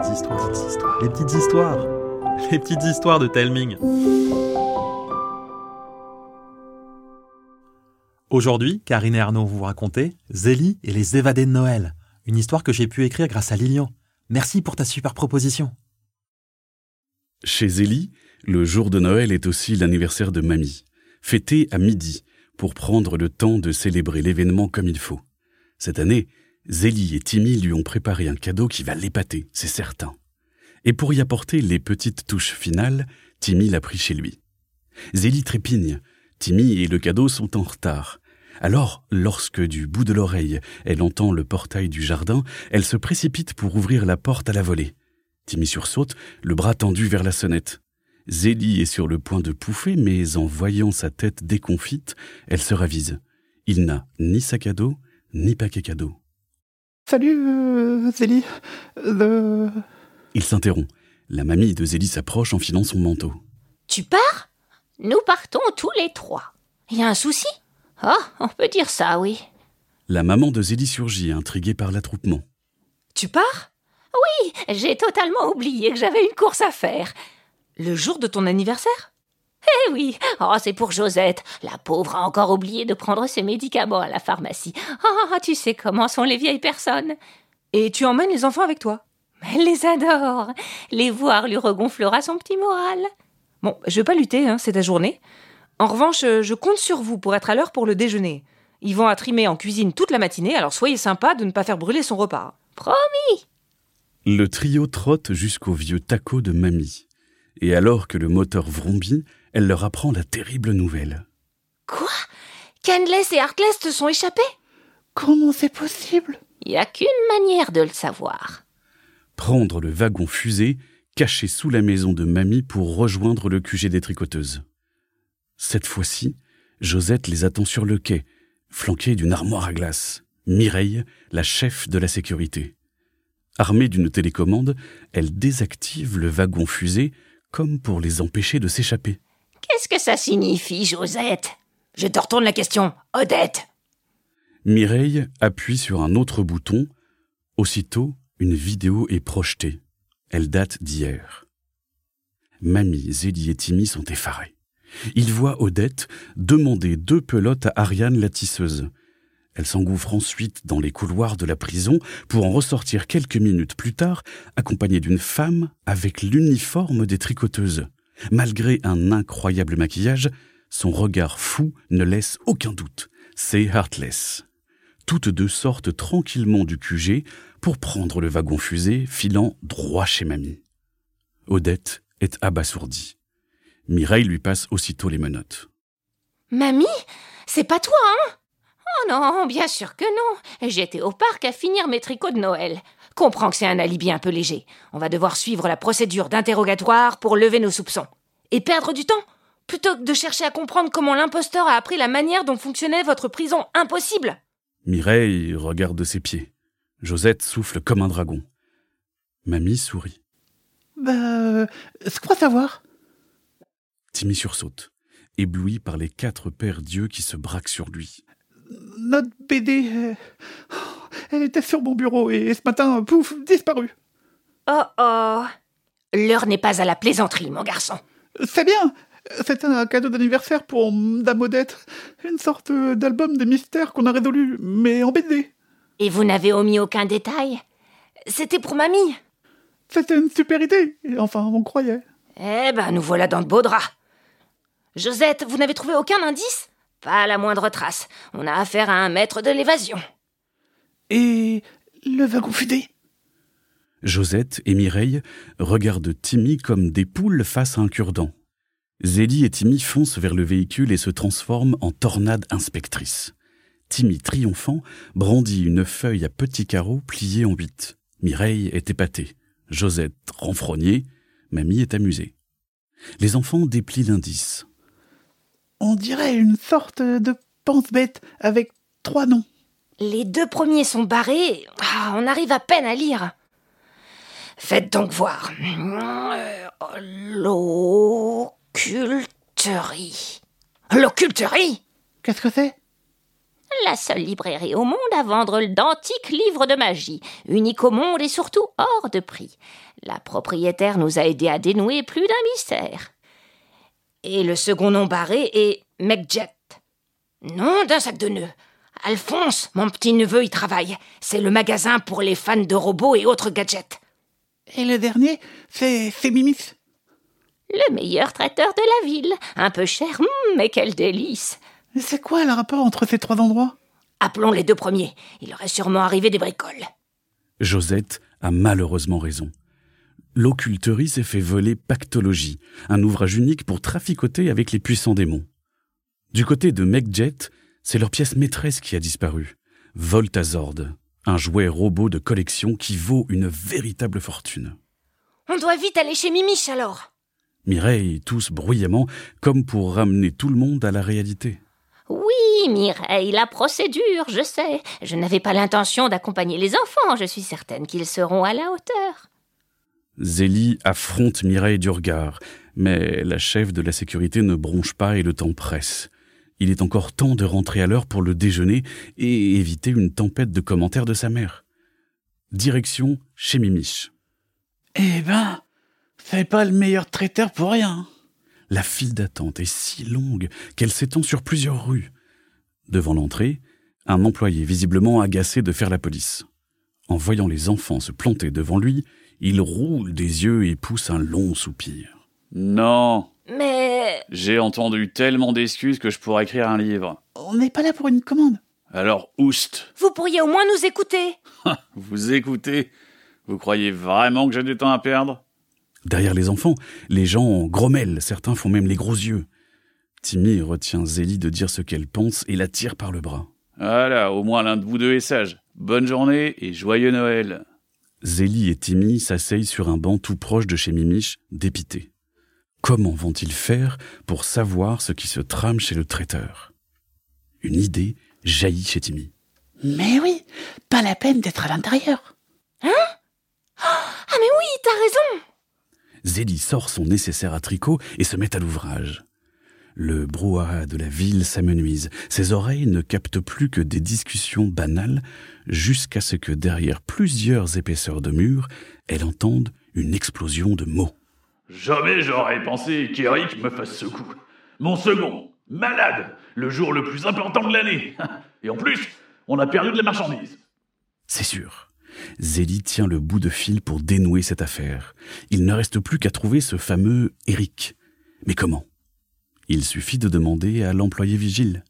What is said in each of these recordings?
Les petites histoires de Telming. Aujourd'hui, Karine et Arnaud vous raconter Zélie et les évadés de Noël, une histoire que j'ai pu écrire grâce à Lilian. Merci pour ta super proposition. Chez Zélie, le jour de Noël est aussi l'anniversaire de Mamie, fêté à midi, pour prendre le temps de célébrer l'événement comme il faut. Cette année, Zélie et Timmy lui ont préparé un cadeau qui va l'épater, c'est certain. Et pour y apporter les petites touches finales, Timmy l'a pris chez lui. Zélie trépigne. Timmy et le cadeau sont en retard. Alors, lorsque du bout de l'oreille, elle entend le portail du jardin, elle se précipite pour ouvrir la porte à la volée. Timmy sursaute, le bras tendu vers la sonnette. Zélie est sur le point de pouffer, mais en voyant sa tête déconfite, elle se ravise. Il n'a ni sac à dos, ni paquet cadeau. Salut, Zélie. Il s'interrompt. La mamie de Zélie s'approche en filant son manteau. Tu pars ? Nous partons tous les trois. Y a un souci ? Oh, on peut dire ça, oui. La maman de Zélie surgit, intriguée par l'attroupement. Tu pars ? Oui, j'ai totalement oublié que j'avais une course à faire. Le jour de ton anniversaire ? Eh oui, c'est pour Josette. La pauvre a encore oublié de prendre ses médicaments à la pharmacie. Tu sais comment sont les vieilles personnes. Et tu emmènes les enfants avec toi ? Elle les adore. Les voir lui regonflera son petit moral. Bon, je vais pas lutter, c'est ta journée. En revanche, je compte sur vous pour être à l'heure pour le déjeuner. Yvan a trimé en cuisine toute la matinée, alors soyez sympa de ne pas faire brûler son repas. Promis. Le trio trotte jusqu'au vieux taco de Mamie. Et alors que le moteur vrombit, elle leur apprend la terrible nouvelle. Quoi ? Candeless et Heartless te sont échappés ? Comment c'est possible ? Il n'y a qu'une manière de le savoir. Prendre le wagon fusée, caché sous la maison de Mamie pour rejoindre le QG des tricoteuses. Cette fois-ci, Josette les attend sur le quai, flanquée d'une armoire à glace. Mireille, la chef de la sécurité. Armée d'une télécommande, elle désactive le wagon fusée comme pour les empêcher de s'échapper. Qu'est-ce que ça signifie, Josette ? Je te retourne la question, Odette. Mireille appuie sur un autre bouton. Aussitôt, une vidéo est projetée. Elle date d'hier. Mamie, Zélie et Timmy sont effarés. Ils voient Odette demander 2 pelotes à Ariane la tisseuse. Elle s'engouffre ensuite dans les couloirs de la prison pour en ressortir quelques minutes plus tard, accompagnée d'une femme avec l'uniforme des tricoteuses. Malgré un incroyable maquillage, son regard fou ne laisse aucun doute. C'est Heartless. Toutes deux sortent tranquillement du QG pour prendre le wagon fusée, filant droit chez Mamie. Odette est abasourdie. Mireille lui passe aussitôt les menottes. Mamie, c'est pas toi, hein ? Oh non, bien sûr que non. J'étais au parc à finir mes tricots de Noël. Comprends que c'est un alibi un peu léger. On va devoir suivre la procédure d'interrogatoire pour lever nos soupçons. Et perdre du temps ? Plutôt que de chercher à comprendre comment l'imposteur a appris la manière dont fonctionnait votre prison impossible. Mireille regarde ses pieds. Josette souffle comme un dragon. Mamie sourit. Je crois savoir. Timmy sursaute, ébloui par les 4 paires d'yeux qui se braquent sur lui. Notre BD, elle était sur mon bureau et ce matin, pouf, disparue. Oh. L'heure n'est pas à la plaisanterie, mon garçon. C'est bien. C'était un cadeau d'anniversaire pour Dame Odette. Une sorte d'album des mystères qu'on a résolu, mais en BD. Et vous n'avez omis aucun détail ? C'était pour Mamie. C'était une super idée. Enfin, on croyait. Eh ben, nous voilà dans de beaux draps. Josette, vous n'avez trouvé aucun indice ? Pas la moindre trace. On a affaire à un maître de l'évasion. Et le wagon fusée ? Josette et Mireille regardent Timmy comme des poules face à un cure-dent. Zélie et Timmy foncent vers le véhicule et se transforment en tornade inspectrice. Timmy, triomphant, brandit une feuille à petits carreaux pliée en 8. Mireille est épatée. Josette renfrognée. Mamie est amusée. Les enfants déplient l'indice. On dirait une sorte de pense-bête avec 3 noms. Les 2 premiers sont barrés. On arrive à peine à lire. Faites donc voir. L'occulterie. L'occulterie ? Qu'est-ce que c'est ? La seule librairie au monde à vendre d'antiques livres de magie, unique au monde et surtout hors de prix. La propriétaire nous a aidés à dénouer plus d'un mystère. Et le second nom barré est Megjet. Nom d'un sac de nœuds. Alphonse, mon petit-neveu, y travaille. C'est le magasin pour les fans de robots et autres gadgets. Et le dernier, c'est Mimis. Le meilleur traiteur de la ville. Un peu cher, mais quel délice. C'est quoi le rapport entre ces 3 endroits? Appelons les 2 premiers. Il aurait sûrement arrivé des bricoles. Josette a malheureusement raison. L'occulterie s'est fait voler Pactologie, un ouvrage unique pour traficoter avec les puissants démons. Du côté de Megjet, c'est leur pièce maîtresse qui a disparu, Voltazord, un jouet robot de collection qui vaut une véritable fortune. On doit vite aller chez Mimiche alors. Mireille tousse bruyamment, comme pour ramener tout le monde à la réalité. Oui, Mireille, la procédure, je sais. Je n'avais pas l'intention d'accompagner les enfants. Je suis certaine qu'ils seront à la hauteur. Zélie affronte Mireille du regard, mais la chef de la sécurité ne bronche pas et le temps presse. Il est encore temps de rentrer à l'heure pour le déjeuner et éviter une tempête de commentaires de sa mère. Direction chez Mimiche. Eh ben, c'est pas le meilleur traiteur pour rien. La file d'attente est si longue qu'elle s'étend sur plusieurs rues. Devant l'entrée, un employé visiblement agacé de faire la police. En voyant les enfants se planter devant lui, il roule des yeux et pousse un long soupir. Non, Mais... j'ai entendu tellement d'excuses que je pourrais écrire un livre. On n'est pas là pour une commande. Alors, oust. Vous pourriez au moins nous écouter. Vous écoutez? Vous croyez vraiment que j'ai du temps à perdre? Derrière les enfants, les gens grommellent, certains font même les gros yeux. Timmy retient Zélie de dire ce qu'elle pense et la tire par le bras. Voilà, au moins l'un de vous deux est sage. Bonne journée et joyeux Noël. Zélie et Timmy s'asseyent sur un banc tout proche de chez Mimiche, dépités. Comment vont-ils faire pour savoir ce qui se trame chez le traiteur? Une idée jaillit chez Timmy. Mais oui, pas la peine d'être à l'intérieur. Ah mais oui, t'as raison. Zélie sort son nécessaire à tricot et se met à l'ouvrage. Le brouhaha de la ville s'amenuise. Ses oreilles ne captent plus que des discussions banales jusqu'à ce que derrière plusieurs épaisseurs de murs, elle entende une explosion de mots. Jamais j'aurais pensé qu'Eric me fasse ce coup. Mon second, malade, le jour le plus important de l'année. Et en plus, on a perdu de la marchandise. C'est sûr. Zélie tient le bout de fil pour dénouer cette affaire. Il ne reste plus qu'à trouver ce fameux Eric. Mais comment? Il suffit de demander à l'employé vigile.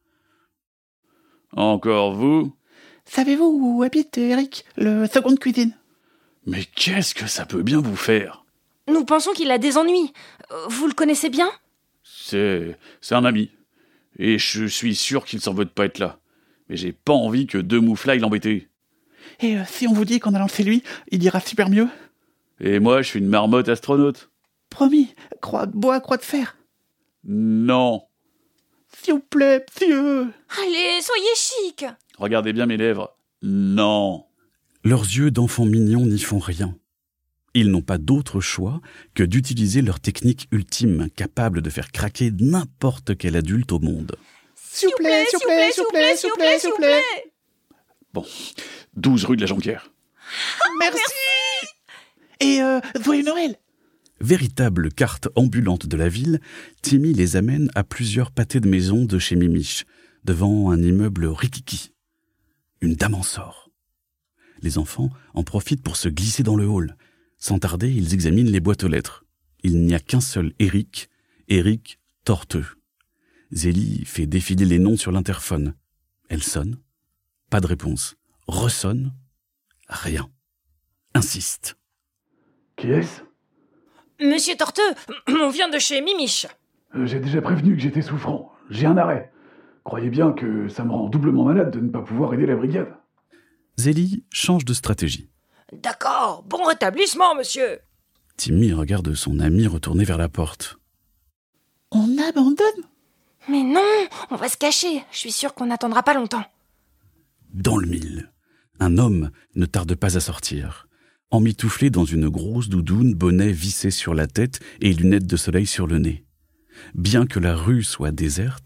Encore vous? Savez-vous où habite Eric, le second de cuisine? Mais qu'est-ce que ça peut bien vous faire? Nous pensons qu'il a des ennuis. Vous le connaissez bien? C'est un ami. Et je suis sûr qu'il s'en veut de pas être là. Mais j'ai pas envie que deux moufles aillent l'embêter. Et si on vous dit qu'en allant chez lui, il ira super mieux? Et moi, je suis une marmotte astronaute. Promis, croix de bois, croix de fer. Non. S'il vous plaît, monsieur. Allez, soyez chic. Regardez bien mes lèvres. Non. Leurs yeux d'enfants mignons n'y font rien. Ils n'ont pas d'autre choix que d'utiliser leur technique ultime, capable de faire craquer n'importe quel adulte au monde. S'il vous plaît, s'il vous plaît, s'il vous plaît, s'il vous plaît, s'il vous plaît. Bon, 12 rue de la Jonquière. Merci. Et joyeux Noël. Véritable carte ambulante de la ville, Timmy les amène à plusieurs pâtés de maison de chez Mimiche, devant un immeuble rikiki. Une dame en sort. Les enfants en profitent pour se glisser dans le hall. Sans tarder, ils examinent les boîtes aux lettres. Il n'y a qu'un seul Eric Torteux. Zélie fait défiler les noms sur l'interphone. Elle sonne. Pas de réponse. Ressonne. Rien. Insiste. Qui est-ce? Monsieur Torteux, on vient de chez Mimiche. J'ai déjà prévenu que j'étais souffrant. J'ai un arrêt. Croyez bien que ça me rend doublement malade de ne pas pouvoir aider la brigade. Zélie change de stratégie. D'accord, bon rétablissement, monsieur. Timmy regarde son ami retourner vers la porte. On abandonne? Mais non, on va se cacher. Je suis sûre qu'on n'attendra pas longtemps. Dans le mille, un homme ne tarde pas à sortir. Emmitouflé dans une grosse doudoune, bonnet vissé sur la tête et lunettes de soleil sur le nez. Bien que la rue soit déserte,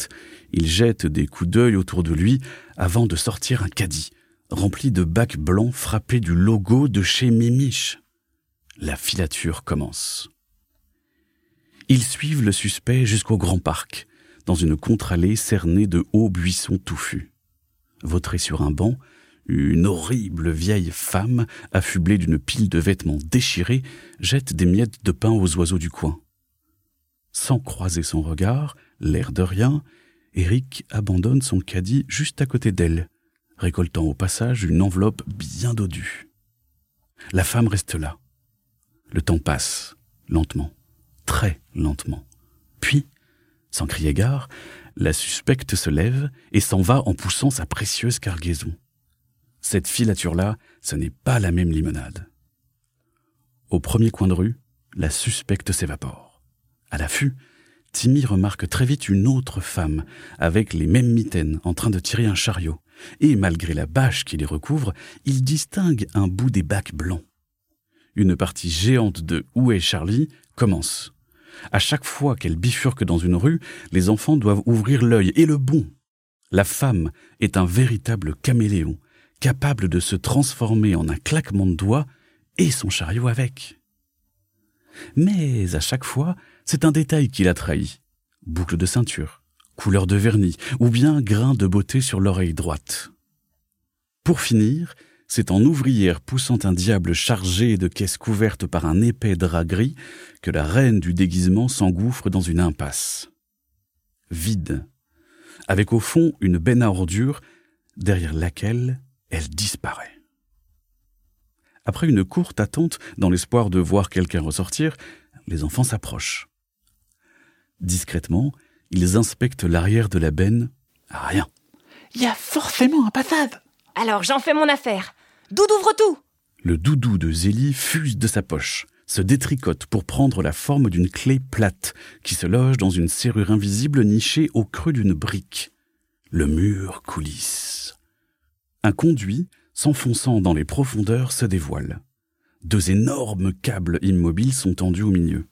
Il jette des coups d'œil autour de lui avant de sortir un caddie, rempli de bacs blancs frappés du logo de chez Mimiche. La filature commence. Ils suivent le suspect jusqu'au grand parc, dans une contre-allée cernée de hauts buissons touffus. Vautrée sur un banc, une horrible vieille femme, affublée d'une pile de vêtements déchirés, jette des miettes de pain aux oiseaux du coin. Sans croiser son regard, l'air de rien, Eric abandonne son caddie juste à côté d'elle, récoltant au passage une enveloppe bien dodue. La femme reste là. Le temps passe, lentement, très lentement. Puis, sans crier gare, la suspecte se lève et s'en va en poussant sa précieuse cargaison. Cette filature-là, ce n'est pas la même limonade. Au premier coin de rue, la suspecte s'évapore. À l'affût, Timmy remarque très vite une autre femme, avec les mêmes mitaines, en train de tirer un chariot. Et malgré la bâche qui les recouvre, il distingue un bout des bacs blancs. Une partie géante de « Où est Charlie ?» commence. À chaque fois qu'elle bifurque dans une rue, les enfants doivent ouvrir l'œil, et le bon. La femme est un véritable caméléon, capable de se transformer en un claquement de doigts et son chariot avec. Mais à chaque fois, c'est un détail qui la trahit. Boucle de ceinture, couleur de vernis ou bien grain de beauté sur l'oreille droite. Pour finir, c'est en ouvrière poussant un diable chargé de caisses couvertes par un épais drap gris que la reine du déguisement s'engouffre dans une impasse. Vide, avec au fond une benne à ordures derrière laquelle elle disparaît. Après une courte attente, dans l'espoir de voir quelqu'un ressortir, les enfants s'approchent. Discrètement, ils inspectent l'arrière de la benne. Rien. Il y a forcément un passage. Alors j'en fais mon affaire. Doudou ouvre tout. Le doudou de Zélie fuse de sa poche, se détricote pour prendre la forme d'une clé plate qui se loge dans une serrure invisible nichée au creux d'une brique. Le mur coulisse. Un conduit, s'enfonçant dans les profondeurs, se dévoile. 2 énormes câbles immobiles sont tendus au milieu.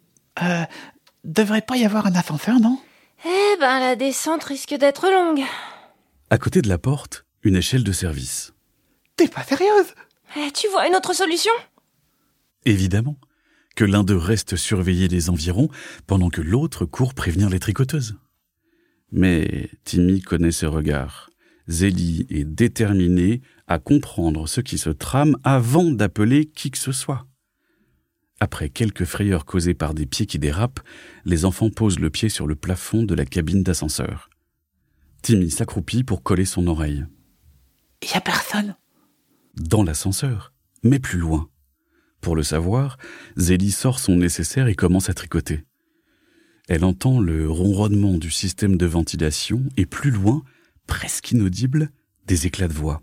Devrait pas y avoir un ascenseur, non? Eh ben, la descente risque d'être longue. À côté de la porte, une échelle de service. T'es pas sérieuse? Tu vois une autre solution? Évidemment, que l'un d'eux reste surveiller les environs pendant que l'autre court prévenir les tricoteuses. Mais Timmy connaît ses regards. Zélie est déterminée à comprendre ce qui se trame avant d'appeler qui que ce soit. Après quelques frayeurs causées par des pieds qui dérapent, les enfants posent le pied sur le plafond de la cabine d'ascenseur. Timmy s'accroupit pour coller son oreille. Y a personne. Dans l'ascenseur, mais plus loin. Pour le savoir, Zélie sort son nécessaire et commence à tricoter. Elle entend le ronronnement du système de ventilation et plus loin, presque inaudible, des éclats de voix.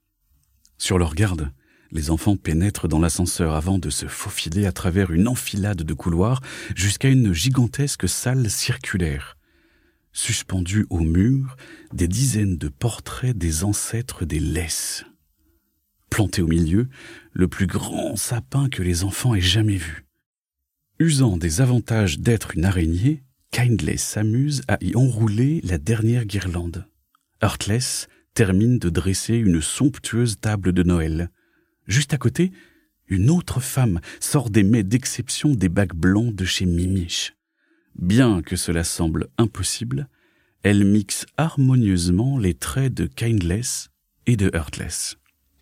Sur leur garde, les enfants pénètrent dans l'ascenseur avant de se faufiler à travers une enfilade de couloirs jusqu'à une gigantesque salle circulaire. Suspendus au mur, des dizaines de portraits des ancêtres des laisses. Planté au milieu, le plus grand sapin que les enfants aient jamais vu. Usant des avantages d'être une araignée, Kindless s'amuse à y enrouler la dernière guirlande. Heartless termine de dresser une somptueuse table de Noël. Juste à côté, une autre femme sort des mets d'exception des bacs blancs de chez Mimiche. Bien que cela semble impossible, elle mixe harmonieusement les traits de Kindless et de Heartless.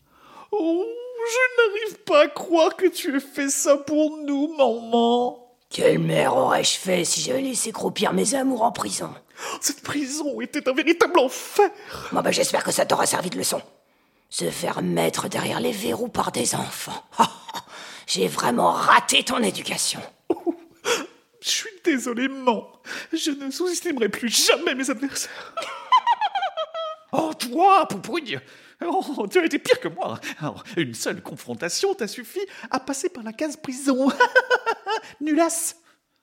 Oh, je n'arrive pas à croire que tu aies fait ça pour nous, maman. Quelle mère aurais-je fait si j'avais laissé croupir mes amours en prison? Cette prison était un véritable enfer. Bon ben j'espère que ça t'aura servi de leçon. Se faire mettre derrière les verrous par des enfants. J'ai vraiment raté ton éducation. Je suis désolé, maman. Je ne sous-estimerai plus jamais mes adversaires. Oh, toi, Poupouille! Oh, tu as été pire que moi. Alors, une seule confrontation t'a suffi à passer par la case prison. Nulasse.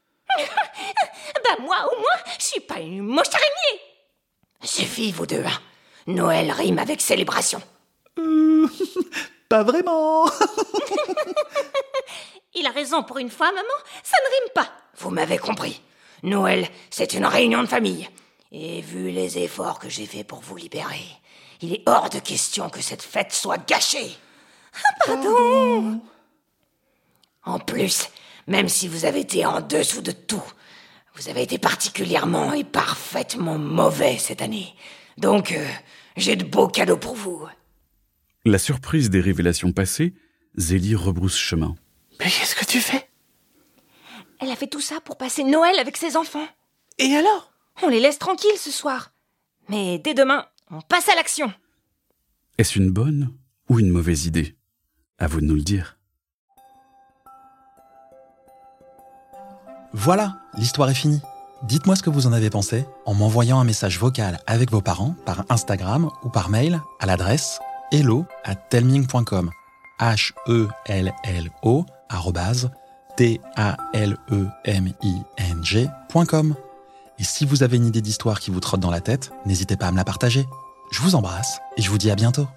Bah moi, au moins, je suis pas une moche araignée. Suffit, vous deux, hein. Noël rime avec célébration. Pas vraiment. Il a raison pour une fois, maman, ça ne rime pas. Vous m'avez compris. Noël, c'est une réunion de famille. Et vu les efforts que j'ai faits pour vous libérer, il est hors de question que cette fête soit gâchée. Pardon. En plus, même si vous avez été en dessous de tout, vous avez été particulièrement et parfaitement mauvais cette année. Donc, j'ai de beaux cadeaux pour vous. La surprise des révélations passées, Zélie rebrousse chemin. Mais qu'est-ce que tu fais? Elle a fait tout ça pour passer Noël avec ses enfants. Et alors? On les laisse tranquilles ce soir. Mais dès demain, on passe à l'action. Est-ce une bonne ou une mauvaise idée? À vous de nous le dire. Voilà, l'histoire est finie. Dites-moi ce que vous en avez pensé en m'envoyant un message vocal avec vos parents par Instagram ou par mail à l'adresse hello@telming.com hello@telming.com. Et si vous avez une idée d'histoire qui vous trotte dans la tête, n'hésitez pas à me la partager. Je vous embrasse et je vous dis à bientôt.